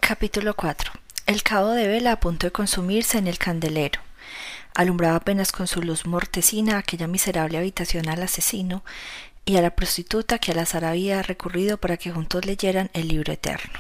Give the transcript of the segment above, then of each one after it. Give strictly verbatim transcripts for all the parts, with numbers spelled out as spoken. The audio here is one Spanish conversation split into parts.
Capítulo cuatro. El cabo de vela a punto de consumirse en el candelero. Alumbraba apenas con su luz mortecina aquella miserable habitación al asesino y a la prostituta que al azar había recurrido para que juntos leyeran el libro eterno.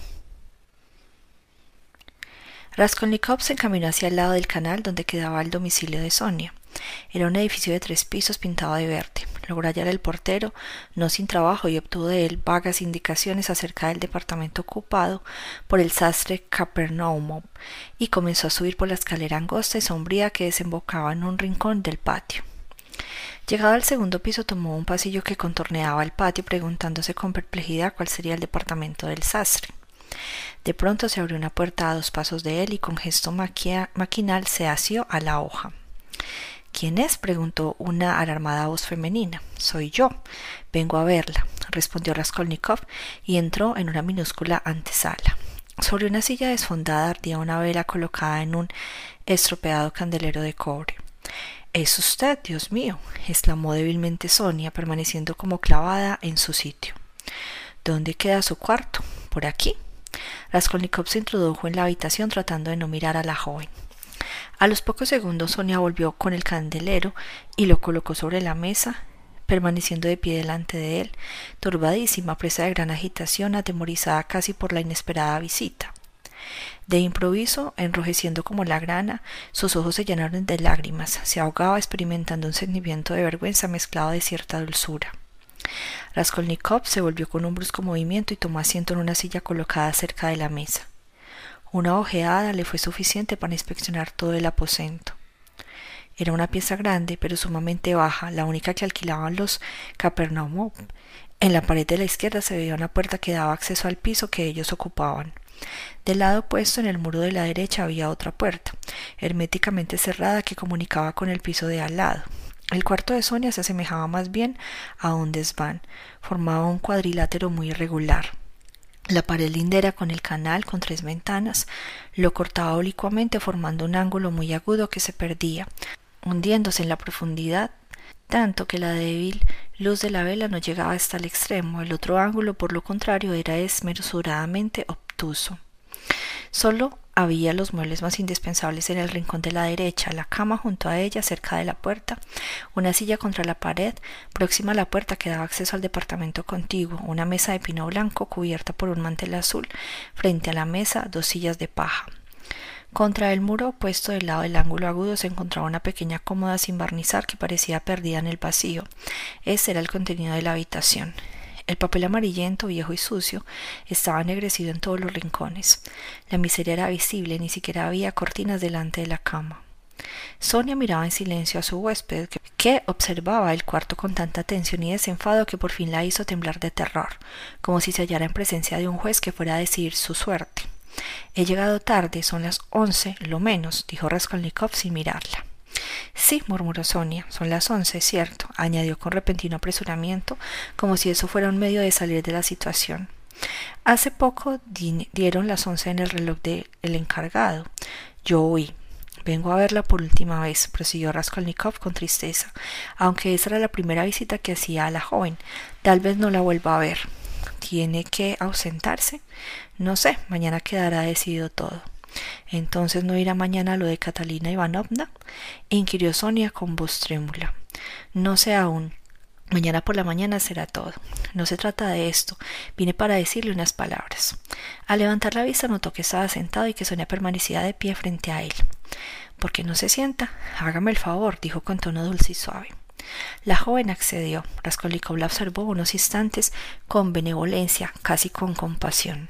Raskolnikov se encaminó hacia el lado del canal donde quedaba el domicilio de Sonia. Era un edificio de tres pisos pintado de verde. Logró hallar al portero, no sin trabajo, y obtuvo de él vagas indicaciones acerca del departamento ocupado por el sastre Kapernaumov, y comenzó a subir por la escalera angosta y sombría que desembocaba en un rincón del patio. Llegado al segundo piso, tomó un pasillo que contorneaba el patio, preguntándose con perplejidad cuál sería el departamento del sastre. De pronto se abrió una puerta a dos pasos de él y con gesto maquinal se asió a la hoja. —¿Quién es? —preguntó una alarmada voz femenina. —Soy yo. Vengo a verla —respondió Raskolnikov y entró en una minúscula antesala. Sobre una silla desfondada ardía una vela colocada en un estropeado candelero de cobre. —¿Es usted? Dios mío —exclamó débilmente Sonia, permaneciendo como clavada en su sitio. —¿Dónde queda su cuarto? —Por aquí. Raskolnikov se introdujo en la habitación tratando de no mirar a la joven. A los pocos segundos Sonia volvió con el candelero y lo colocó sobre la mesa, permaneciendo de pie delante de él, turbadísima, presa de gran agitación, atemorizada casi por la inesperada visita. De improviso, enrojeciendo como la grana, sus ojos se llenaron de lágrimas, se ahogaba experimentando un sentimiento de vergüenza mezclado de cierta dulzura. Raskolnikov se volvió con un brusco movimiento y tomó asiento en una silla colocada cerca de la mesa. Una ojeada le fue suficiente para inspeccionar todo el aposento. Era una pieza grande, pero sumamente baja, la única que alquilaban los Kapernaumov. En la pared de la izquierda se veía una puerta que daba acceso al piso que ellos ocupaban. Del lado opuesto, en el muro de la derecha, había otra puerta, herméticamente cerrada, que comunicaba con el piso de al lado. El cuarto de Sonia se asemejaba más bien a un desván. Formaba un cuadrilátero muy irregular. La pared lindera con el canal, con tres ventanas, lo cortaba oblicuamente formando un ángulo muy agudo que se perdía, hundiéndose en la profundidad, tanto que la débil luz de la vela no llegaba hasta el extremo. El otro ángulo, por lo contrario, era desmesuradamente obtuso. Solo había los muebles más indispensables en el rincón de la derecha, la cama junto a ella, cerca de la puerta, una silla contra la pared, próxima a la puerta que daba acceso al departamento contiguo, una mesa de pino blanco cubierta por un mantel azul, frente a la mesa dos sillas de paja. Contra el muro opuesto del lado del ángulo agudo se encontraba una pequeña cómoda sin barnizar que parecía perdida en el vacío. Ese era el contenido de la habitación. El papel amarillento, viejo y sucio, estaba ennegrecido en todos los rincones. La miseria era visible, ni siquiera había cortinas delante de la cama. Sonia miraba en silencio a su huésped, que observaba el cuarto con tanta atención y desenfado que por fin la hizo temblar de terror, como si se hallara en presencia de un juez que fuera a decidir su suerte. —He llegado tarde, son las once, lo menos —dijo Raskolnikov sin mirarla. —Sí —murmuró Sonia—, son las once, cierto —añadió con repentino apresuramiento, como si eso fuera un medio de salir de la situación. Hace poco di dieron las once en el reloj del encargado. Yo oí. Vengo a verla por última vez —prosiguió Raskolnikov con tristeza—, aunque esa era la primera visita que hacía a la joven. Tal vez no la vuelva a ver. ¿Tiene que ausentarse? No sé, mañana quedará decidido todo. —¿Entonces no irá mañana a lo de Catalina Ivanovna? —inquirió Sonia con voz trémula. —No sé aún. Mañana por la mañana será todo. No se trata de esto. Vine para decirle unas palabras. Al levantar la vista notó que estaba sentado y que Sonia permanecía de pie frente a él. —¿Por qué no se sienta? Hágame el favor —dijo con tono dulce y suave. La joven accedió. Raskolnikov la observó unos instantes con benevolencia, casi con compasión.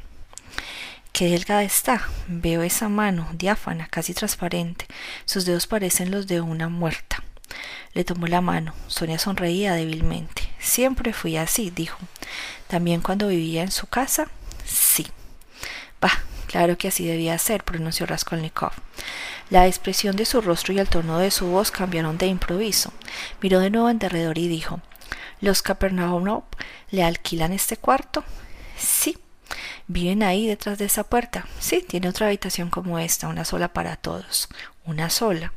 —Qué delgada está. Veo esa mano, diáfana, casi transparente. Sus dedos parecen los de una muerta. Le tomó la mano. Sonia sonreía débilmente. —Siempre fui así —dijo—. ¿También cuando vivía en su casa? —Sí. —Bah, claro que así debía ser —pronunció Raskolnikov. La expresión de su rostro y el tono de su voz cambiaron de improviso. Miró de nuevo en derredor y dijo: —¿Los Kapernaumov le alquilan este cuarto? —Sí. —¿Viven ahí detrás de esa puerta? —Sí, tiene otra habitación como esta, una sola para todos. —Una sola.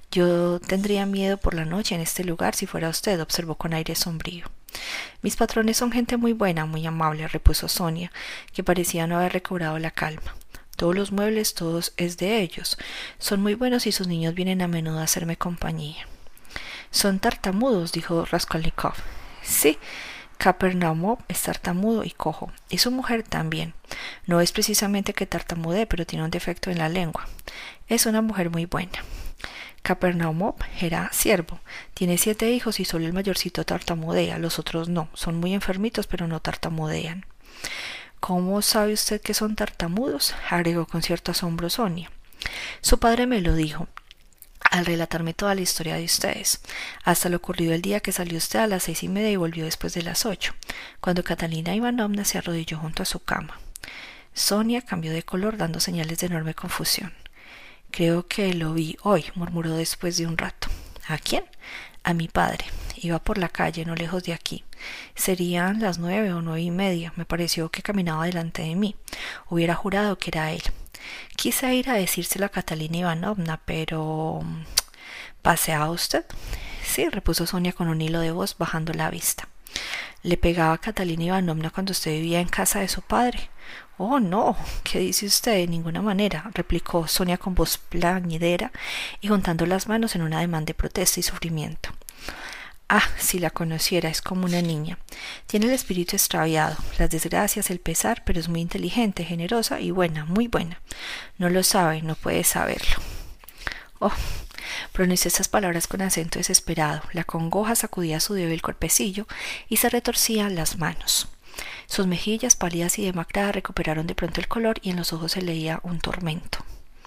Yo tendría miedo por la noche en este lugar si fuera usted —observó con aire sombrío. —Mis patrones son gente muy buena, muy amable —repuso Sonia, que parecía no haber recobrado la calma. Todos los muebles, todos es de ellos. Son muy buenos y sus niños vienen a menudo a hacerme compañía. Son tartamudos, dijo Raskolnikov. Sí, Kapernaumov es tartamudo y cojo, y su mujer también. No es precisamente que tartamude, pero tiene un defecto en la lengua. Es una mujer muy buena. Kapernaumov era siervo, tiene siete hijos y solo el mayorcito tartamudea, los otros no, son muy enfermitos pero no tartamudean. ¿Cómo sabe usted que son tartamudos?, agregó con cierto asombro Sonia. Su padre me lo dijo al relatarme toda la historia de ustedes, hasta lo ocurrido el día que salió usted a las seis y media y volvió después de las ocho, cuando Catalina Ivanovna se arrodilló junto a su cama. Sonia cambió de color dando señales de enorme confusión. Creo que lo vi hoy, murmuró después de un rato. ¿A quién? A mi padre. Iba por la calle, no lejos de aquí. Serían las nueve o nueve y media. Me pareció que caminaba delante de mí. Hubiera jurado que era él. Quise ir a decírselo a Catalina Ivanovna, pero... ¿Paseaba usted? Sí, repuso Sonia con un hilo de voz, bajando la vista. ¿Le pegaba a Catalina Ivanovna cuando usted vivía en casa de su padre? Oh, no, ¿qué dice usted? De ninguna manera, replicó Sonia con voz plañidera y juntando las manos en un ademán de protesta y sufrimiento. Ah, si la conociera, es como una niña. Tiene el espíritu extraviado, las desgracias, el pesar, pero es muy inteligente, generosa y buena, muy buena. No lo sabe, no puede saberlo. Oh, pronunció estas palabras con acento desesperado. La congoja sacudía su débil cuerpecillo y se retorcía las manos. Sus mejillas pálidas y demacradas recuperaron de pronto el color y en los ojos se leía un tormento.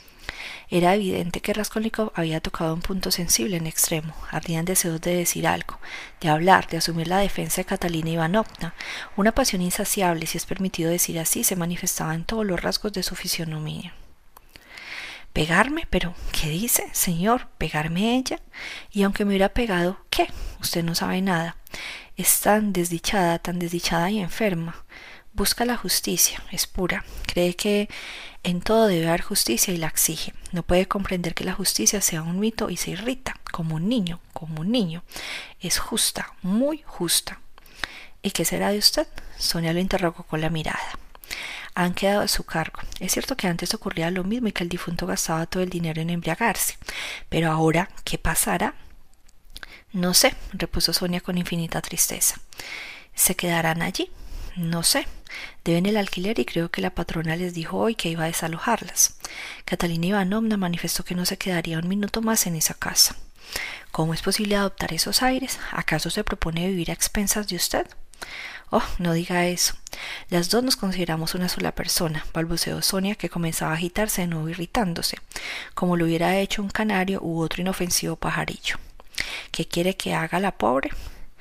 Era evidente que Raskolnikov había tocado un punto sensible en extremo. Ardían deseos de decir algo, de hablar, de asumir la defensa de Catalina Ivanovna. Una pasión insaciable, si es permitido decir así, se manifestaba en todos los rasgos de su fisonomía. ¿Pegarme? ¿Pero qué dice, señor? ¿Pegarme ella? Y aunque me hubiera pegado, ¿qué? Usted no sabe nada. Es tan desdichada, tan desdichada y enferma. Busca la justicia, es pura. Cree que en todo debe haber justicia y la exige. No puede comprender que la justicia sea un mito y se irrita, como un niño, como un niño. Es justa, muy justa. ¿Y qué será de usted? Sonia lo interrogó con la mirada. Han quedado a su cargo. Es cierto que antes ocurría lo mismo y que el difunto gastaba todo el dinero en embriagarse. Pero ahora, ¿qué pasará? No sé, repuso Sonia con infinita tristeza. ¿Se quedarán allí? No sé. Deben el alquiler y creo que la patrona les dijo hoy que iba a desalojarlas. Catalina Ivanovna manifestó que no se quedaría un minuto más en esa casa. ¿Cómo es posible adoptar esos aires? ¿Acaso se propone vivir a expensas de usted? Oh, no diga eso. Las dos nos consideramos una sola persona, balbuceó Sonia, que comenzaba a agitarse de nuevo irritándose, como lo hubiera hecho un canario u otro inofensivo pajarillo. ¿Qué quiere que haga la pobre?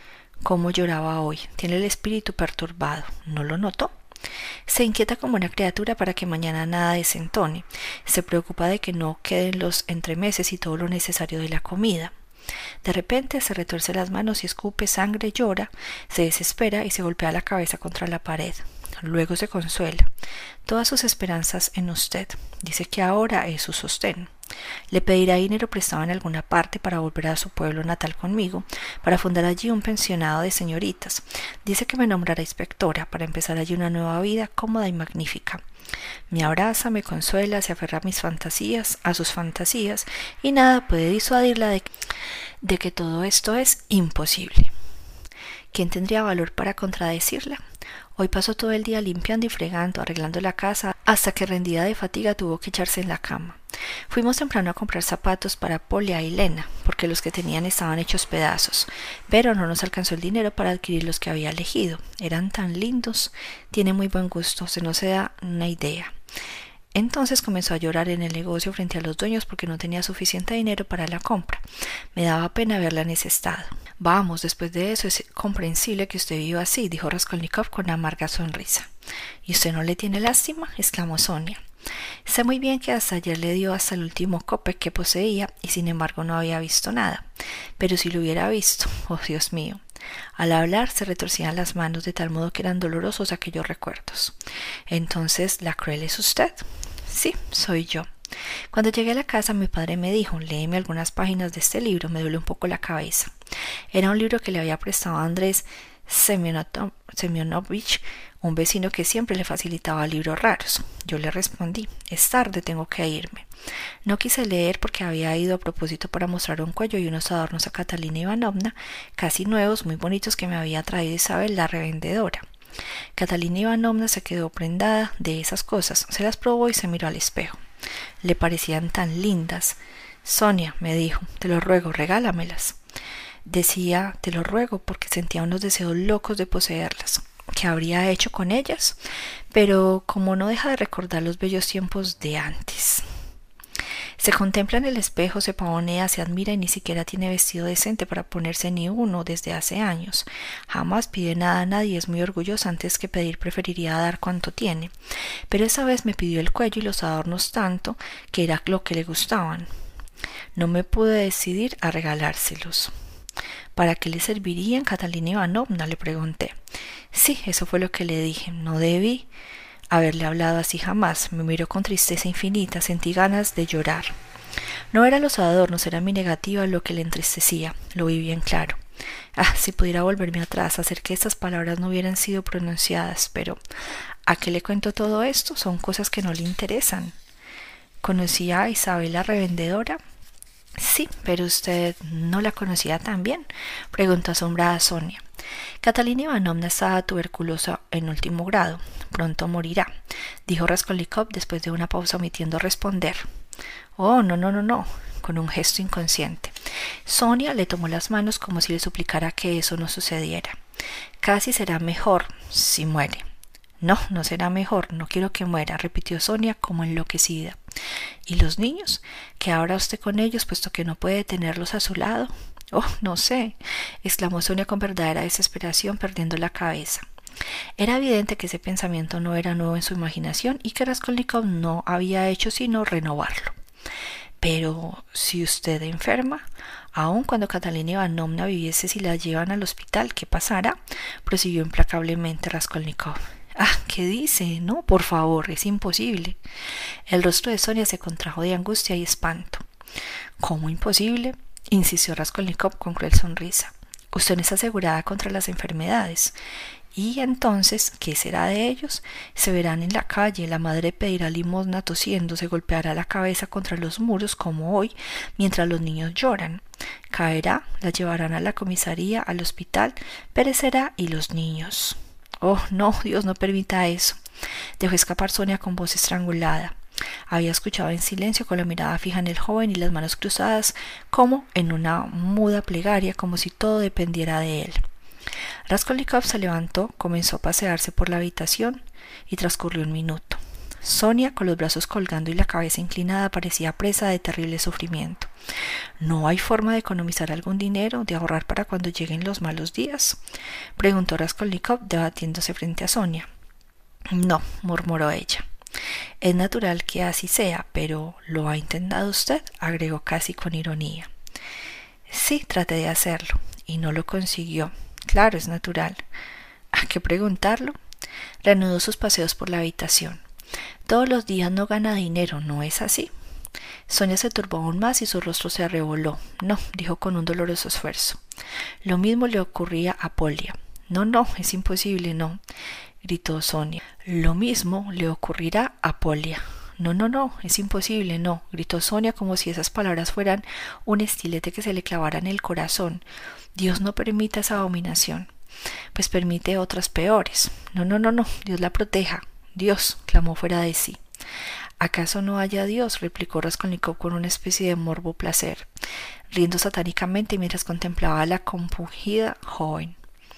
Cómo lloraba hoy. Tiene el espíritu perturbado. ¿No lo notó? Se inquieta como una criatura para que mañana nada desentone. Se preocupa de que no queden los entremeses y todo lo necesario de la comida. De repente se retuerce las manos y escupe sangre, llora, se desespera y se golpea la cabeza contra la pared. Luego se consuela. Todas sus esperanzas en usted. Dice que ahora es su sostén. Le pedirá dinero prestado en alguna parte para volver a su pueblo natal conmigo, para fundar allí un pensionado de señoritas. Dice que me nombrará inspectora para empezar allí una nueva vida cómoda y magnífica. Me abraza, me consuela, se aferra a mis fantasías, a sus fantasías, y nada puede disuadirla de, de que todo esto es imposible. ¿Quién tendría valor para contradecirla? Hoy pasó todo el día limpiando y fregando, arreglando la casa, hasta que rendida de fatiga tuvo que echarse en la cama. Fuimos temprano a comprar zapatos para Polia y Lena, porque los que tenían estaban hechos pedazos, pero no nos alcanzó el dinero para adquirir los que había elegido. Eran tan lindos. Tiene muy buen gusto, se no se da una idea. Entonces comenzó a llorar en el negocio frente a los dueños porque no tenía suficiente dinero para la compra. Me daba pena verla en ese estado. Vamos, después de eso es comprensible que usted viva así, dijo Raskolnikov con amarga sonrisa. ¿Y usted no le tiene lástima?, exclamó Sonia. Sé muy bien que hasta ayer le dio hasta el último kopek que poseía y sin embargo no había visto nada. Pero si lo hubiera visto, oh Dios mío. Al hablar se retorcían las manos de tal modo que eran dolorosos aquellos recuerdos. Entonces, ¿la cruel es usted? Sí, soy yo. Cuando llegué a la casa mi padre me dijo, léeme algunas páginas de este libro, me duele un poco la cabeza. Era un libro que le había prestado a Andrés Semyonovich, un vecino que siempre le facilitaba libros raros. Yo le respondí, es tarde, tengo que irme. No quise leer porque había ido a propósito para mostrar un cuello y unos adornos a Catalina Ivanovna, casi nuevos, muy bonitos, que me había traído Isabel, la revendedora. Catalina Ivanovna se quedó prendada de esas cosas, se las probó y se miró al espejo. Le parecían tan lindas. Sonia, me dijo, te lo ruego, regálamelas. Decía, te lo ruego, porque sentía unos deseos locos de poseerlas. ¿Qué habría hecho con ellas? Pero como no deja de recordar los bellos tiempos de antes. Se contempla en el espejo, se pavonea, se admira y ni siquiera tiene vestido decente para ponerse ni uno desde hace años. Jamás pide nada a nadie, es muy orgullosa, antes que pedir preferiría dar cuanto tiene. Pero esa vez me pidió el cuello y los adornos tanto que era lo que le gustaban. No me pude decidir a regalárselos. ¿Para qué le servirían, Catalina Ivanovna?, le pregunté. Sí, eso fue lo que le dije. No debí haberle hablado así jamás. Me miró con tristeza infinita, sentí ganas de llorar. No eran los adornos, era mi negativa lo que le entristecía, lo vi bien claro. Ah, si pudiera volverme atrás, hacer que estas palabras no hubieran sido pronunciadas, pero ¿a qué le cuento todo esto? Son cosas que no le interesan. ¿Conocía a Isabel la revendedora? Sí, pero usted no la conocía tan bien, preguntó asombrada Sonia. Catalina Ivanovna estaba tuberculosa en último grado. Pronto morirá, dijo Raskolnikov después de una pausa, omitiendo responder. Oh, no, no, no, no, con un gesto inconsciente. Sonia le tomó las manos como si le suplicara que eso no sucediera. Casi será mejor si muere. No, no será mejor, no quiero que muera, repitió Sonia como enloquecida. ¿Y los niños? ¿Qué hará usted con ellos, puesto que no puede tenerlos a su lado? Oh, no sé, exclamó Sonia con verdadera desesperación, perdiendo la cabeza. Era evidente que ese pensamiento no era nuevo en su imaginación y que Raskolnikov no había hecho sino renovarlo. Pero, si usted enferma, aun cuando Catalina Ivanovna viviese, si la llevan al hospital, ¿qué pasará?, prosiguió implacablemente Raskolnikov. Ah, ¿qué dice? No, por favor, es imposible. El rostro de Sonia se contrajo de angustia y espanto. ¿Cómo imposible?, insistió Raskolnikov con cruel sonrisa. Usted no está asegurada contra las enfermedades. Y entonces, ¿qué será de ellos? Se verán en la calle, la madre pedirá limosna tosiendo, se golpeará la cabeza contra los muros como hoy, mientras los niños lloran. Caerá, la llevarán a la comisaría, al hospital, perecerá y los niños. Oh, no, Dios no permita eso, dejó escapar Sonia con voz estrangulada. Había escuchado en silencio, con la mirada fija en el joven y las manos cruzadas, como en una muda plegaria, como si todo dependiera de él. Raskolnikov se levantó, comenzó a pasearse por la habitación y transcurrió un minuto. Sonia, con los brazos colgando y la cabeza inclinada, parecía presa de terrible sufrimiento. ¿No hay forma de economizar algún dinero, de ahorrar para cuando lleguen los malos días?, preguntó Raskolnikov, debatiéndose frente a Sonia. No, murmuró ella. Es natural que así sea, pero ¿lo ha intentado usted?, agregó casi con ironía. Sí, traté de hacerlo, y no lo consiguió. Claro, es natural. ¿A qué preguntarlo? Reanudó sus paseos por la habitación. Todos los días no gana dinero, ¿no es así? Sonia se turbó aún más y su rostro se arreboló. No, dijo con un doloroso esfuerzo. Lo mismo le ocurría a Polia. No, no, es imposible, no, gritó Sonia. Lo mismo le ocurrirá a Polia. No, no, no, es imposible, no, gritó Sonia, como si esas palabras fueran un estilete que se le clavara en el corazón. Dios no permita esa abominación. Pues permite otras peores. No, no, no, no, Dios la proteja. Dios, clamó fuera de sí. ¿Acaso no haya Dios?, replicó Raskolnikov con una especie de morbo placer, riendo satánicamente mientras contemplaba a la compungida joven.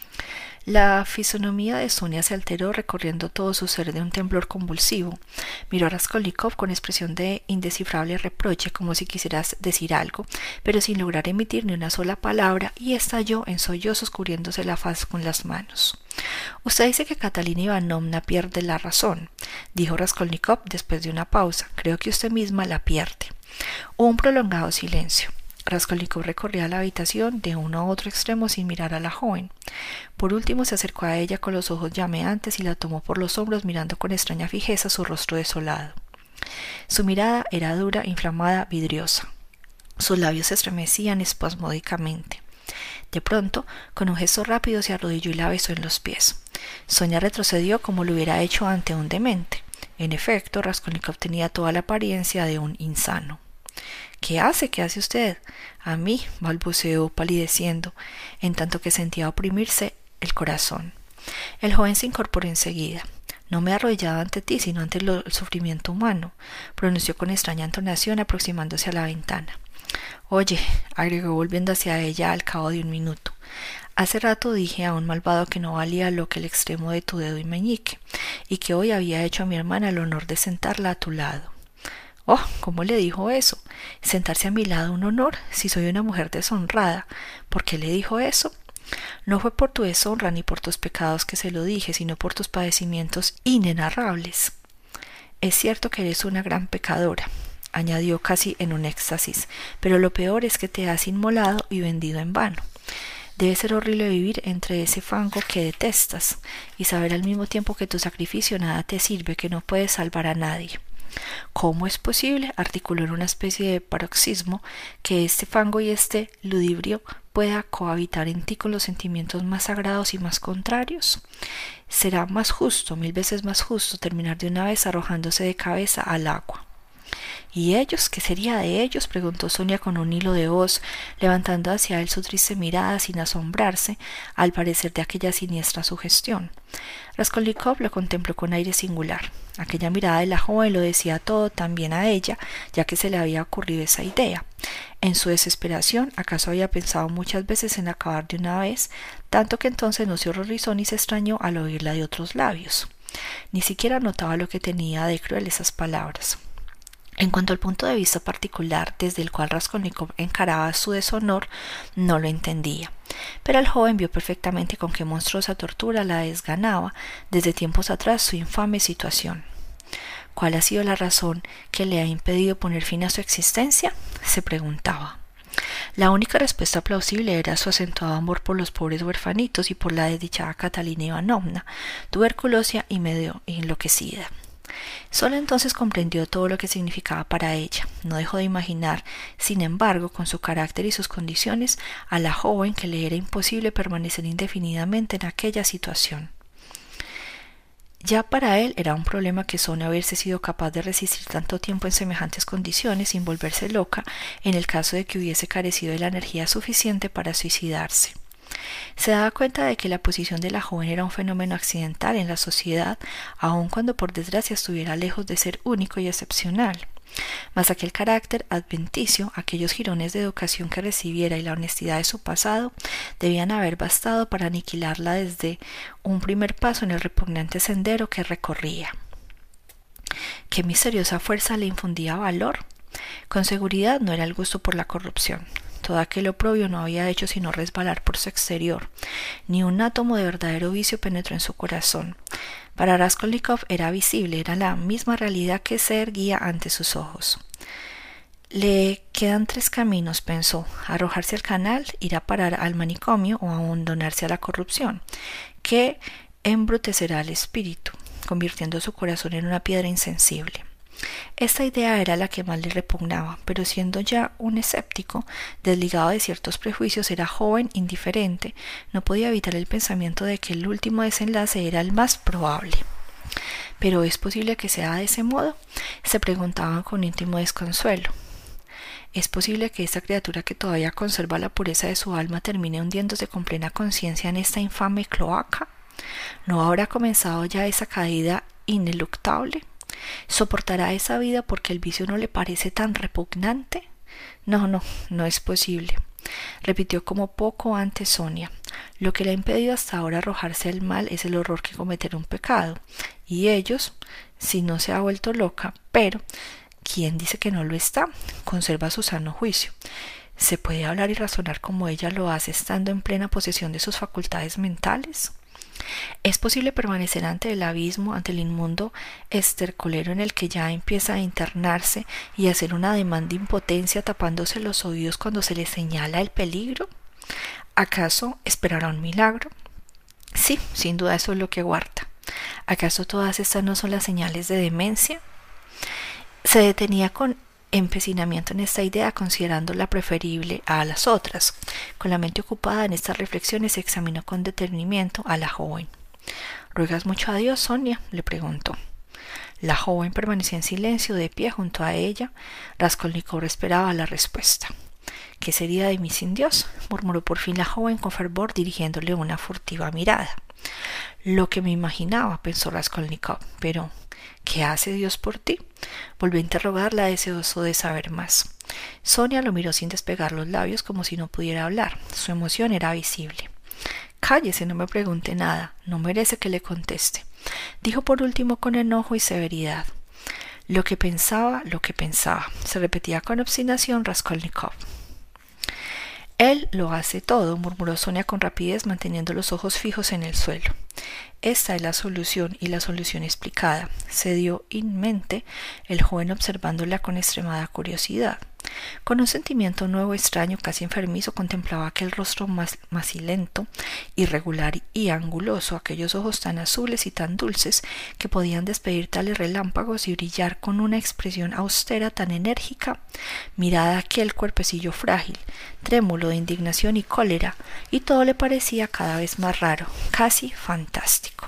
La fisonomía de Sonia se alteró, recorriendo todo su ser de un temblor convulsivo. Miró a Raskolnikov con expresión de indescifrable reproche, como si quisiera decir algo, pero sin lograr emitir ni una sola palabra, y estalló en sollozos, cubriéndose la faz con las manos. «Usted dice que Catalina Ivanovna pierde la razón», dijo Raskolnikov después de una pausa. «Creo que usted misma la pierde». Hubo un prolongado silencio. Raskolnikov recorría la habitación de uno a otro extremo sin mirar a la joven. Por último se acercó a ella con los ojos llameantes y la tomó por los hombros, mirando con extraña fijeza su rostro desolado. Su mirada era dura, inflamada, vidriosa. Sus labios se estremecían espasmódicamente. De pronto, con un gesto rápido se arrodilló y la besó en los pies. Sonia retrocedió como lo hubiera hecho ante un demente. En efecto, Raskolnikov tenía toda la apariencia de un insano. —¿Qué hace? ¿Qué hace usted? —A mí —balbuceó palideciendo, en tanto que sentía oprimirse el corazón. El joven se incorporó enseguida. —No me he arrodillado ante ti, sino ante el sufrimiento humano —pronunció con extraña entonación, aproximándose a la ventana. —Oye —agregó volviendo hacia ella al cabo de un minuto—, hace rato dije a un malvado que no valía lo que el extremo de tu dedo y meñique, y que hoy había hecho a mi hermana el honor de sentarla a tu lado. —Oh, ¿cómo le dijo eso? ¿Sentarse a mi lado un honor, si soy una mujer deshonrada? ¿Por qué le dijo eso? No fue por tu deshonra ni por tus pecados que se lo dije, sino por tus padecimientos inenarrables. Es cierto que eres una gran pecadora, añadió casi en un éxtasis, pero lo peor es que te has inmolado y vendido en vano. Debe ser horrible vivir entre ese fango que detestas y saber al mismo tiempo que tu sacrificio nada te sirve, que no puedes salvar a nadie. ¿Cómo es posible? Articuló en una especie de paroxismo, que este fango y este ludibrio pueda cohabitar en ti con los sentimientos más sagrados y más contrarios. Será más justo, mil veces más justo, terminar de una vez arrojándose de cabeza al agua. ¿Y ellos? ¿Qué sería de ellos? Preguntó Sonia con un hilo de voz, levantando hacia él su triste mirada sin asombrarse, al parecer, de aquella siniestra sugestión. Raskolnikov lo contempló con aire singular. Aquella mirada de la joven lo decía todo también a ella, ya que se le había ocurrido esa idea. En su desesperación, acaso había pensado muchas veces en acabar de una vez, tanto que entonces no se horrorizó ni se extrañó al oírla de otros labios. Ni siquiera notaba lo que tenía de cruel esas palabras. En cuanto al punto de vista particular desde el cual Raskolnikov encaraba su deshonor, no lo entendía. Pero el joven vio perfectamente con qué monstruosa tortura la desganaba desde tiempos atrás su infame situación. ¿Cuál ha sido la razón que le ha impedido poner fin a su existencia?, se preguntaba. La única respuesta plausible era su acentuado amor por los pobres huerfanitos y por la desdichada Catalina Ivanovna, tuberculosa y medio enloquecida. Solo entonces comprendió todo lo que significaba para ella. No dejó de imaginar, sin embargo, con su carácter y sus condiciones, a la joven que le era imposible permanecer indefinidamente en aquella situación. Ya para él era un problema que Sonia hubiese sido capaz de resistir tanto tiempo en semejantes condiciones sin volverse loca en el caso de que hubiese carecido de la energía suficiente para suicidarse. Se daba cuenta de que la posición de la joven era un fenómeno accidental en la sociedad, aun cuando por desgracia estuviera lejos de ser único y excepcional. Mas aquel carácter adventicio, aquellos jirones de educación que recibiera y la honestidad de su pasado debían haber bastado para aniquilarla desde un primer paso en el repugnante sendero que recorría. ¿Qué misteriosa fuerza le infundía valor? Con seguridad no era el gusto por la corrupción. Todo aquel oprobio no había hecho sino resbalar por su exterior. Ni un átomo de verdadero vicio penetró en su corazón. Para Raskolnikov era visible, era la misma realidad que se erguía ante sus ojos. Le quedan tres caminos, pensó: arrojarse al canal, ir a parar al manicomio o abandonarse a la corrupción, que embrutecerá el espíritu, convirtiendo su corazón en una piedra insensible. Esta idea era la que más le repugnaba, pero siendo ya un escéptico, desligado de ciertos prejuicios, era joven, indiferente, no podía evitar el pensamiento de que el último desenlace era el más probable. ¿Pero es posible que sea de ese modo?, se preguntaban con íntimo desconsuelo. ¿Es posible que esta criatura que todavía conserva la pureza de su alma termine hundiéndose con plena conciencia en esta infame cloaca? ¿No habrá comenzado ya esa caída ineluctable? ¿Soportará esa vida porque el vicio no le parece tan repugnante? No, no, no es posible. Repitió como poco antes Sonia. Lo que le ha impedido hasta ahora arrojarse al mal es el horror que cometer un pecado. Y ellos, si no se ha vuelto loca, pero ¿quién dice que no lo está? Conserva su sano juicio. ¿Se puede hablar y razonar como ella lo hace estando en plena posesión de sus facultades mentales? ¿Es posible permanecer ante el abismo, ante el inmundo estercolero en el que ya empieza a internarse y hacer un ademán de impotencia tapándose los oídos cuando se le señala el peligro? ¿Acaso esperará un milagro? Sí, sin duda eso es lo que guarda. ¿Acaso todas estas no son las señales de demencia? Se detenía con empecinamiento en esta idea considerándola preferible a las otras. Con la mente ocupada en estas reflexiones examinó con detenimiento a la joven. ¿Ruegas mucho a Dios, Sonia?, le preguntó. La joven permaneció en silencio, de pie junto a ella. Raskolnikov esperaba la respuesta. ¿Qué sería de mí sin Dios?, murmuró por fin la joven con fervor, dirigiéndole una furtiva mirada. Lo que me imaginaba, pensó Raskolnikov, pero ¿qué hace Dios por ti?, volvió a interrogarla, deseoso de saber más. Sonia lo miró sin despegar los labios, como si no pudiera hablar. Su emoción era visible. Cállese, no me pregunte nada, no merece que le conteste, dijo por último con enojo y severidad. Lo que pensaba, lo que pensaba, se repetía con obstinación Raskolnikov. Él lo hace todo, murmuró Sonia con rapidez, manteniendo los ojos fijos en el suelo. Esta es la solución, y la solución explicada, se dio in mente el joven observándola con extremada curiosidad. Con un sentimiento nuevo, extraño, casi enfermizo, contemplaba aquel rostro más macilento, irregular y anguloso, aquellos ojos tan azules y tan dulces que podían despedir tales relámpagos y brillar con una expresión austera tan enérgica. Mirada aquel cuerpecillo frágil, trémulo de indignación y cólera, y todo le parecía cada vez más raro, casi fantástico.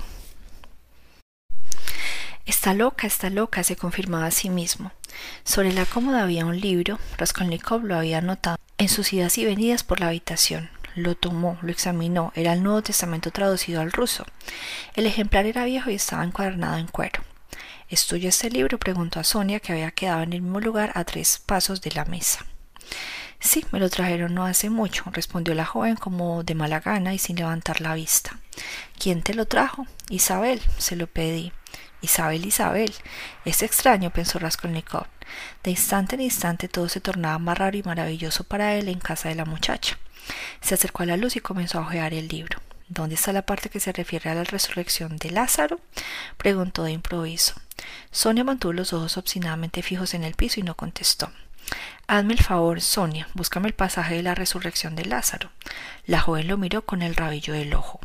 Está loca, está loca, se confirmaba a sí mismo. Sobre la cómoda había un libro. Raskolnikov lo había notado en sus idas y venidas por la habitación. Lo tomó, lo examinó. Era el Nuevo Testamento traducido al ruso. El ejemplar era viejo y estaba encuadernado en cuero. ¿Es tuyo este libro?, preguntó a Sonia, que había quedado en el mismo lugar a tres pasos de la mesa. Sí, me lo trajeron no hace mucho, respondió la joven como de mala gana y sin levantar la vista. ¿Quién te lo trajo? Isabel, se lo pedí. Isabel, Isabel. Es extraño, pensó Raskolnikov. De instante en instante todo se tornaba más raro y maravilloso para él en casa de la muchacha. Se acercó a la luz y comenzó a hojear el libro. ¿Dónde está la parte que se refiere a la resurrección de Lázaro?, preguntó de improviso. Sonia mantuvo los ojos obstinadamente fijos en el piso y no contestó. Hazme el favor, Sonia, búscame el pasaje de la resurrección de Lázaro. La joven lo miró con el rabillo del ojo.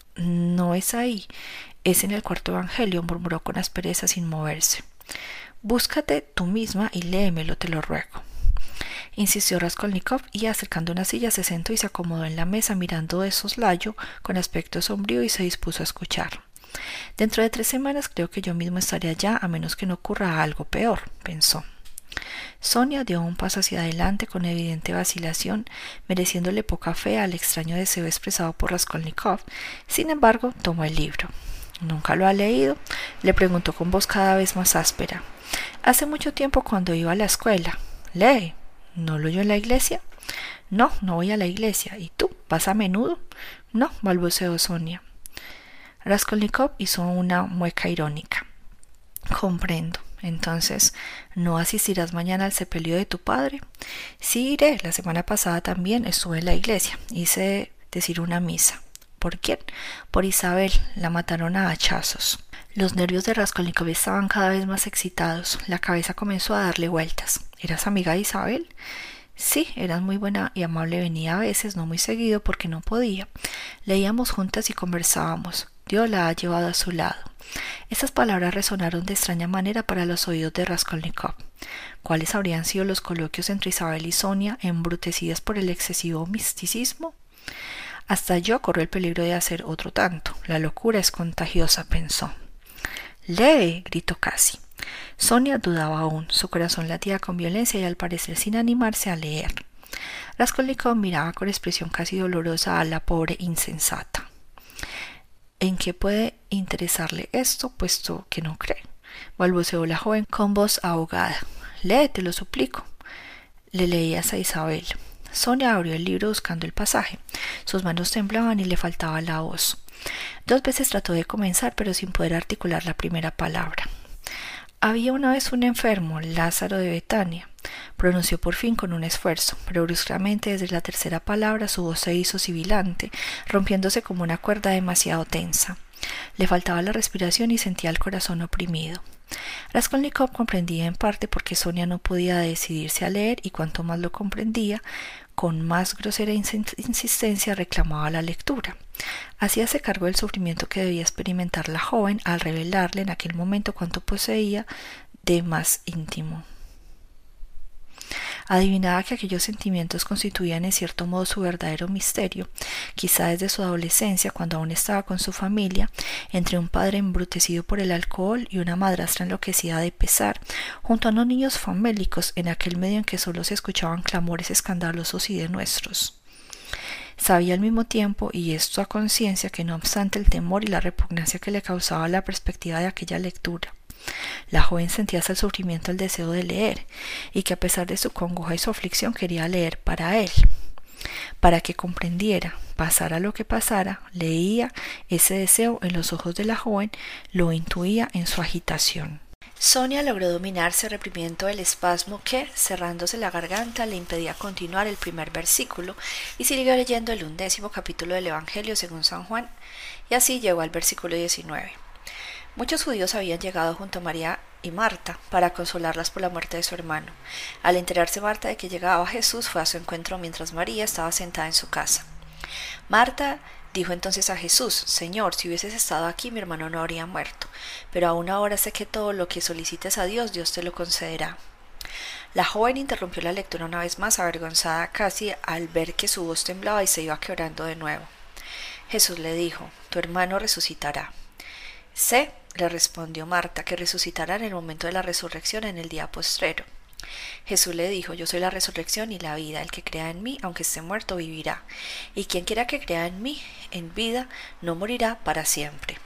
No es ahí. Es en el cuarto evangelio, murmuró con aspereza sin moverse. Búscate tú misma y léemelo, te lo ruego, insistió Raskolnikov, y acercando una silla se sentó y se acomodó en la mesa mirando de soslayo con aspecto sombrío y se dispuso a escuchar. Dentro de tres semanas creo que yo mismo estaré allá, a menos que no ocurra algo peor, pensó. Sonia dio un paso hacia adelante con evidente vacilación, mereciéndole poca fe al extraño deseo expresado por Raskolnikov. Sin embargo, tomó el libro. ¿Nunca lo ha leído?, le preguntó con voz cada vez más áspera. Hace mucho tiempo, cuando iba a la escuela. Lee. ¿No lo oyó en la iglesia? No, no voy a la iglesia. ¿Y tú? ¿Vas a menudo? No, balbuceó Sonia. Raskolnikov hizo una mueca irónica. Comprendo. Entonces, ¿no asistirás mañana al sepelio de tu padre? Sí, iré. La semana pasada también estuve en la iglesia. Hice decir una misa. ¿Por quién? Por Isabel. La mataron a hachazos. Los nervios de Raskolnikov estaban cada vez más excitados. La cabeza comenzó a darle vueltas. ¿Eras amiga de Isabel? Sí, eras muy buena y amable. Venía a veces, no muy seguido porque no podía. Leíamos juntas y conversábamos. Dios la ha llevado a su lado. Estas palabras resonaron de extraña manera para los oídos de Raskolnikov. ¿Cuáles habrían sido los coloquios entre Isabel y Sonia, embrutecidas por el excesivo misticismo? Hasta yo corro el peligro de hacer otro tanto. La locura es contagiosa, pensó. ¡Lee!, gritó casi. Sonia dudaba aún. Su corazón latía con violencia y al parecer sin animarse a leer. Raskolnikov miraba con expresión casi dolorosa a la pobre insensata. ¿En qué puede interesarle esto, puesto que no cree?, balbuceó la joven con voz ahogada. Lee, te lo suplico. Le leías a Isabel. Sonia abrió el libro buscando el pasaje. Sus manos temblaban y le faltaba la voz. Dos veces trató de comenzar, pero sin poder articular la primera palabra. Había una vez un enfermo, Lázaro de Betania, pronunció por fin con un esfuerzo, pero bruscamente desde la tercera palabra su voz se hizo sibilante, rompiéndose como una cuerda demasiado tensa. Le faltaba la respiración y sentía el corazón oprimido. Raskolnikov comprendía en parte por qué Sonia no podía decidirse a leer, y cuanto más lo comprendía, con más grosera insistencia reclamaba la lectura. Hacíase cargo del sufrimiento que debía experimentar la joven al revelarle en aquel momento cuanto poseía de más íntimo. Adivinaba que aquellos sentimientos constituían en cierto modo su verdadero misterio, quizá desde su adolescencia, cuando aún estaba con su familia, entre un padre embrutecido por el alcohol y una madrastra enloquecida de pesar, junto a unos niños famélicos en aquel medio en que solo se escuchaban clamores escandalosos y denuestros. Sabía al mismo tiempo, y esto a conciencia, que no obstante el temor y la repugnancia que le causaba la perspectiva de aquella lectura, la joven sentía hasta el sufrimiento el deseo de leer, y que a pesar de su congoja y su aflicción quería leer para él, para que comprendiera, pasara lo que pasara. Leía ese deseo en los ojos de la joven, lo intuía en su agitación. Sonia logró dominarse reprimiendo el espasmo que, cerrándose la garganta, le impedía continuar el primer versículo, y siguió leyendo el undécimo capítulo del Evangelio según San Juan, y así llegó al versículo diecinueve. Muchos judíos habían llegado junto a María y Marta para consolarlas por la muerte de su hermano. Al enterarse Marta de que llegaba Jesús, fue a su encuentro mientras María estaba sentada en su casa. Marta dijo entonces a Jesús: Señor, si hubieses estado aquí, mi hermano no habría muerto, pero aún ahora sé que todo lo que solicites a Dios, Dios te lo concederá. La joven interrumpió la lectura una vez más, avergonzada casi al ver que su voz temblaba y se iba quebrando de nuevo. Jesús le dijo: Tu hermano resucitará. Sé, le respondió Marta, que resucitará en el momento de la resurrección en el día postrero. Jesús le dijo: Yo soy la resurrección y la vida. El que crea en mí, aunque esté muerto, vivirá. Y quien quiera que crea en mí, en vida, no morirá para siempre.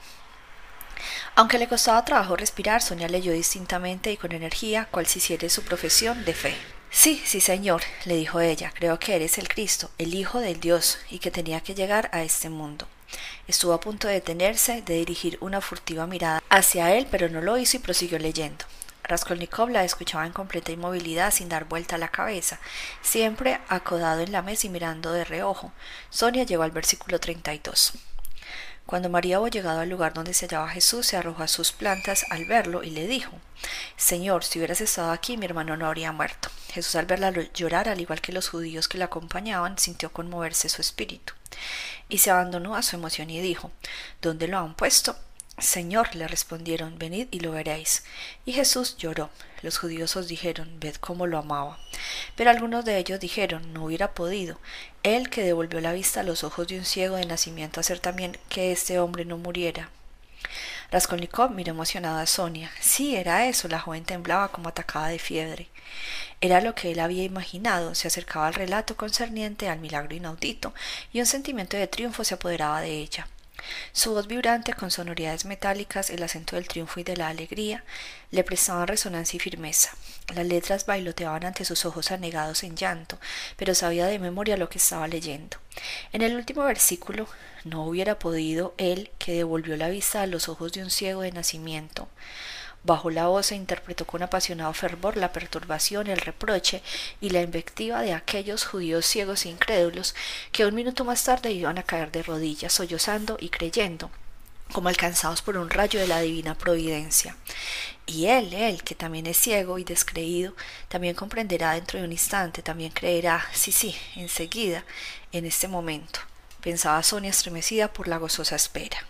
Aunque le costaba trabajo respirar, Sonia leyó distintamente y con energía, cual si hiciera su profesión de fe. Sí, sí, Señor, le dijo ella, creo que eres el Cristo, el Hijo del Dios, y que tenía que llegar a este mundo. Estuvo a punto de detenerse, de dirigir una furtiva mirada hacia él, pero no lo hizo y prosiguió leyendo. Raskolnikov la escuchaba en completa inmovilidad, sin dar vuelta la cabeza, siempre acodado en la mesa y mirando de reojo. Sonia llegó al versículo treinta y dos. Cuando María hubo llegado al lugar donde se hallaba Jesús, se arrojó a sus plantas al verlo y le dijo: Señor, si hubieras estado aquí, mi hermano no habría muerto. Jesús, al verla llorar, al igual que los judíos que la acompañaban, sintió conmoverse su espíritu, y se abandonó a su emoción y dijo: ¿Dónde lo han puesto? Señor, le respondieron, venid y lo veréis. Y Jesús lloró. Los judíos os dijeron: ved cómo lo amaba. Pero algunos de ellos dijeron: no hubiera podido él, que devolvió la vista a los ojos de un ciego de nacimiento, hacer también que este hombre no muriera. Raskolnikov miró emocionado a Sonia. Sí, era eso. La joven temblaba como atacada de fiebre. Era lo que él había imaginado. Se acercaba al relato concerniente al milagro inaudito, y un sentimiento de triunfo se apoderaba de ella. Su voz vibrante, con sonoridades metálicas, el acento del triunfo y de la alegría, le prestaban resonancia y firmeza. Las letras bailoteaban ante sus ojos anegados en llanto, pero sabía de memoria lo que estaba leyendo. En el último versículo: no hubiera podido él, que devolvió la vista a los ojos de un ciego de nacimiento. Bajó la voz e interpretó con apasionado fervor la perturbación, el reproche y la invectiva de aquellos judíos ciegos e incrédulos que un minuto más tarde iban a caer de rodillas, sollozando y creyendo, como alcanzados por un rayo de la divina providencia. Y él, él, que también es ciego y descreído, también comprenderá dentro de un instante, también creerá, sí, sí, enseguida, en este momento, pensaba Sonia, estremecida por la gozosa espera.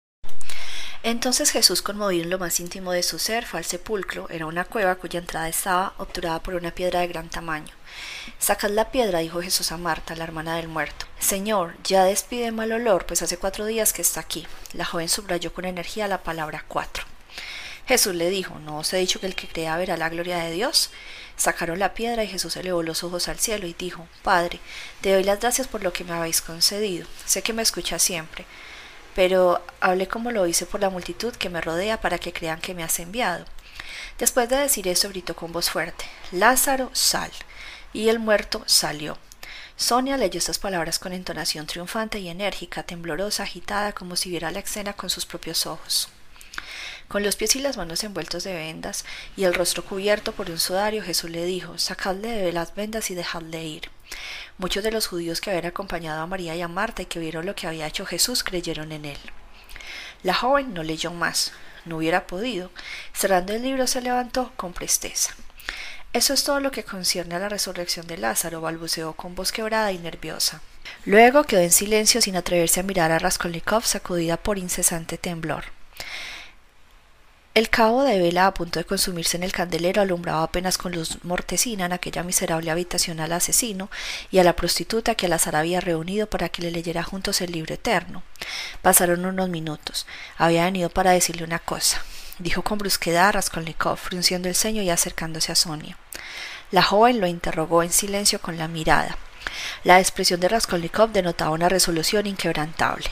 Entonces Jesús, conmovido en lo más íntimo de su ser, fue al sepulcro. Era una cueva cuya entrada estaba obturada por una piedra de gran tamaño. Sacad la piedra, dijo Jesús a Marta, la hermana del muerto. Señor, ya despide mal olor, pues hace cuatro días que está aquí. La joven subrayó con energía la palabra cuatro. Jesús le dijo: ¿no os he dicho que el que crea verá la gloria de Dios? Sacaron la piedra y Jesús elevó los ojos al cielo y dijo: Padre, te doy las gracias por lo que me habéis concedido. Sé que me escuchas siempre, pero hablé como lo hice por la multitud que me rodea, para que crean que me has enviado. Después de decir esto, gritó con voz fuerte: Lázaro, sal. Y el muerto salió. Sonia leyó estas palabras con entonación triunfante y enérgica, temblorosa, agitada, como si viera la escena con sus propios ojos. Con los pies y las manos envueltos de vendas y el rostro cubierto por un sudario, Jesús le dijo: Sacadle de las vendas y dejadle ir. Muchos de los judíos que habían acompañado a María y a Marta y que vieron lo que había hecho Jesús creyeron en él. La joven no leyó más, no hubiera podido. Cerrando el libro, se levantó con presteza. Eso es todo lo que concierne a la resurrección de Lázaro, balbuceó con voz quebrada y nerviosa. Luego quedó en silencio, sin atreverse a mirar a Raskolnikov, sacudida por incesante temblor. El cabo de vela a punto de consumirse en el candelero alumbraba apenas con luz mortecina en aquella miserable habitación al asesino y a la prostituta que al azar había reunido para que le leyera juntos el libro eterno. Pasaron unos minutos. Había venido para decirle una cosa, dijo con brusquedad a Raskolnikov, frunciendo el ceño y acercándose a Sonia. La joven lo interrogó en silencio con la mirada. La expresión de Raskolnikov denotaba una resolución inquebrantable.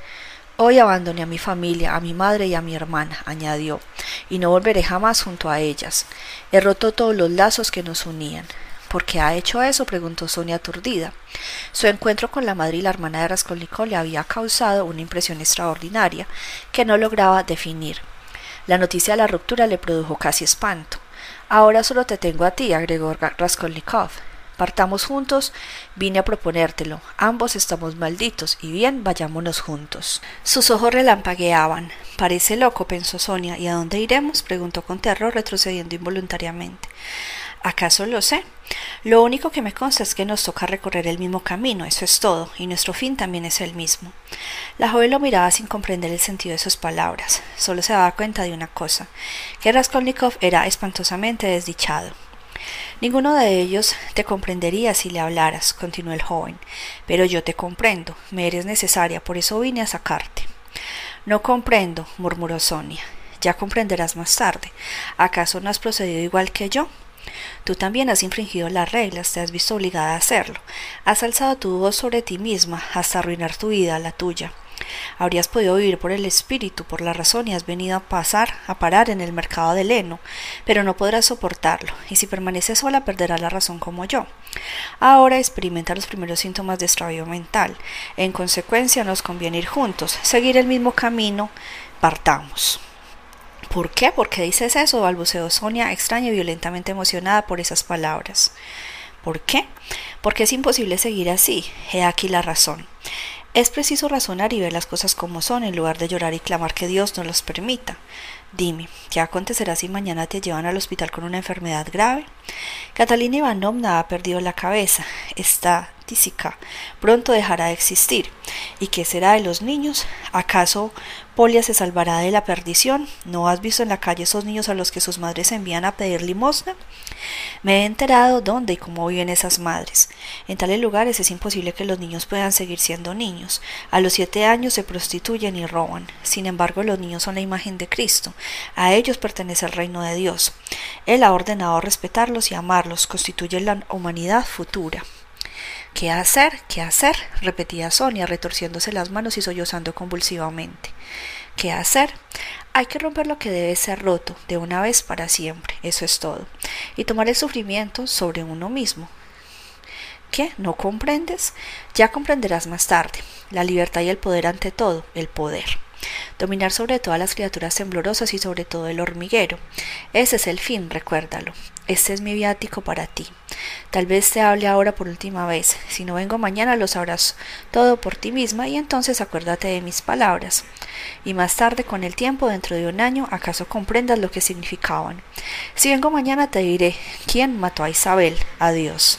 Hoy abandoné a mi familia, a mi madre y a mi hermana, añadió, y no volveré jamás junto a ellas. He roto todos los lazos que nos unían. ¿Por qué ha hecho eso?, preguntó Sonia aturdida. Su encuentro con la madre y la hermana de Raskolnikov le había causado una impresión extraordinaria que no lograba definir. La noticia de la ruptura le produjo casi espanto. Ahora solo te tengo a ti, agregó Raskolnikov. Partamos juntos, vine a proponértelo. Ambos estamos malditos, y bien, vayámonos juntos. Sus ojos relampagueaban. Parece loco, pensó Sonia. ¿Y a dónde iremos?, preguntó con terror, retrocediendo involuntariamente. ¿Acaso lo sé? Lo único que me consta es que nos toca recorrer el mismo camino, eso es todo, y nuestro fin también es el mismo. La joven lo miraba sin comprender el sentido de sus palabras. Solo se daba cuenta de una cosa, que Raskolnikov era espantosamente desdichado. Ninguno de ellos te comprendería si le hablaras, continuó el joven, pero yo te comprendo, me eres necesaria, por eso vine a sacarte. No comprendo, murmuró Sonia. Ya comprenderás más tarde. ¿Acaso no has procedido igual que yo? Tú también has infringido las reglas, te has visto obligada a hacerlo. Has alzado tu voz sobre ti misma hasta arruinar tu vida, la tuya. Habrías podido vivir por el espíritu, por la razón, y has venido a pasar, a parar en el mercado del heno, pero no podrás soportarlo, y si permaneces sola perderás la razón como yo. Ahora experimenta los primeros síntomas de extravío mental. En consecuencia nos conviene ir juntos, seguir el mismo camino. Partamos. ¿Por qué? ¿Por qué dices eso?, balbuceó Sonia, extraña y violentamente emocionada por esas palabras. ¿Por qué? Porque es imposible seguir así. He aquí la razón. Es preciso razonar y ver las cosas como son, en lugar de llorar y clamar que Dios nos los permita. Dime, ¿qué acontecerá si mañana te llevan al hospital con una enfermedad grave? Catalina Ivanovna ha perdido la cabeza. Está tísica. Pronto dejará de existir. ¿Y qué será de los niños? ¿Acaso Polia se salvará de la perdición? ¿No has visto en la calle esos niños a los que sus madres envían a pedir limosna? Me he enterado dónde y cómo viven esas madres. En tales lugares es imposible que los niños puedan seguir siendo niños. A los siete años se prostituyen y roban. Sin embargo, los niños son la imagen de Cristo. A ellos pertenece el reino de Dios. Él ha ordenado respetarlos y amarlos. Constituyen la humanidad futura. ¿Qué hacer? ¿Qué hacer?, repetía Sonia, retorciéndose las manos y sollozando convulsivamente. ¿Qué hacer? Hay que romper lo que debe ser roto, de una vez para siempre, eso es todo, y tomar el sufrimiento sobre uno mismo. ¿Qué? ¿No comprendes? Ya comprenderás más tarde. La libertad y el poder ante todo, el poder. Dominar sobre todas las criaturas temblorosas y sobre todo el hormiguero. Ese es el fin, recuérdalo. Este es mi viático para ti. Tal vez te hable ahora por última vez. Si no vengo mañana lo sabrás todo por ti misma y entonces acuérdate de mis palabras. Y más tarde, con el tiempo, dentro de un año, acaso comprendas lo que significaban. Si vengo mañana te diré quién mató a Isabel. Adiós.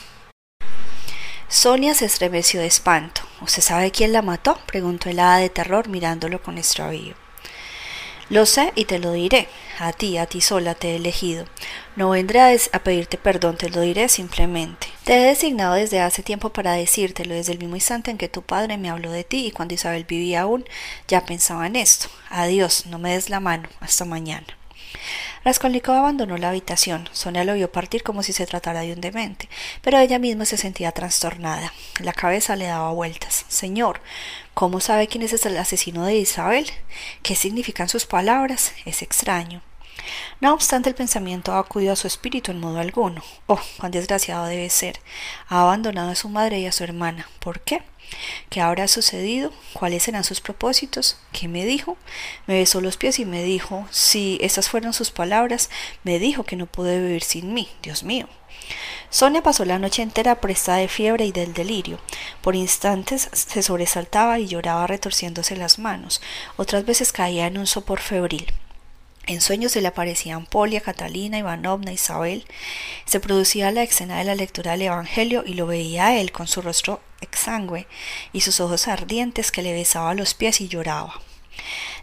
Sonia se estremeció de espanto. ¿Usted sabe quién la mató?, preguntó el hada de terror mirándolo con extravío. Lo sé y te lo diré. A ti, a ti sola te he elegido. No vendré a, a pedirte perdón, te lo diré simplemente. Te he designado desde hace tiempo para decírtelo, desde el mismo instante en que tu padre me habló de ti y cuando Isabel vivía aún, ya pensaba en esto. Adiós, no me des la mano. Hasta mañana. Raskolnikov abandonó la habitación. Sonia lo vio partir como si se tratara de un demente, pero ella misma se sentía trastornada. La cabeza le daba vueltas. Señor, ¿cómo sabe quién es el asesino de Isabel? ¿Qué significan sus palabras? Es extraño. No obstante, el pensamiento ha acudido a su espíritu en modo alguno. Oh, cuán desgraciado debe ser. Ha abandonado a su madre y a su hermana. ¿Por qué? ¿Qué habrá sucedido? ¿Cuáles serán sus propósitos? ¿Qué me dijo? Me besó los pies y me dijo, si esas fueron sus palabras, me dijo que no pude vivir sin mí. Dios mío. Sonia pasó la noche entera presta de fiebre y del delirio. Por instantes se sobresaltaba y lloraba retorciéndose las manos. Otras veces caía en un sopor febril. En sueños se le aparecían Polia, Catalina, Ivanovna, Isabel. Se producía la escena de la lectura del Evangelio y lo veía a él con su rostro exangüe y sus ojos ardientes que le besaba los pies y lloraba.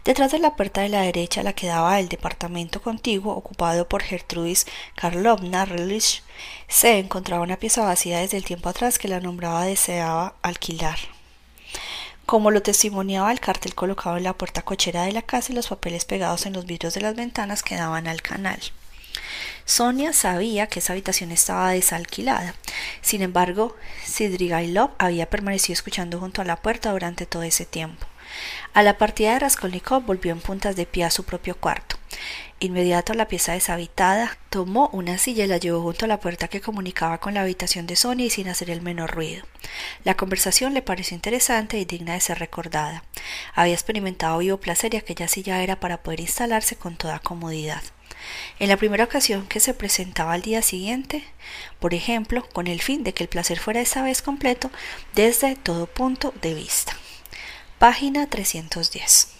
Detrás de la puerta de la derecha, la que daba al departamento contiguo ocupado por Gertrudis Karlovna Relich, se encontraba una pieza vacía desde el tiempo atrás que la nombrada deseaba alquilar. Como lo testimoniaba el cartel colocado en la puerta cochera de la casa y los papeles pegados en los vidrios de las ventanas que daban al canal. Sonia sabía que esa habitación estaba desalquilada. Sin embargo, Svidrigailov había permanecido escuchando junto a la puerta durante todo ese tiempo. A la partida de Raskolnikov volvió en puntas de pie a su propio cuarto. Inmediato a la pieza deshabitada, tomó una silla y la llevó junto a la puerta que comunicaba con la habitación de Sonia y sin hacer el menor ruido. La conversación le pareció interesante y digna de ser recordada. Había experimentado vivo placer y aquella silla era para poder instalarse con toda comodidad. En la primera ocasión que se presentaba al día siguiente, por ejemplo, con el fin de que el placer fuera esta vez completo desde todo punto de vista. Página trescientos diez.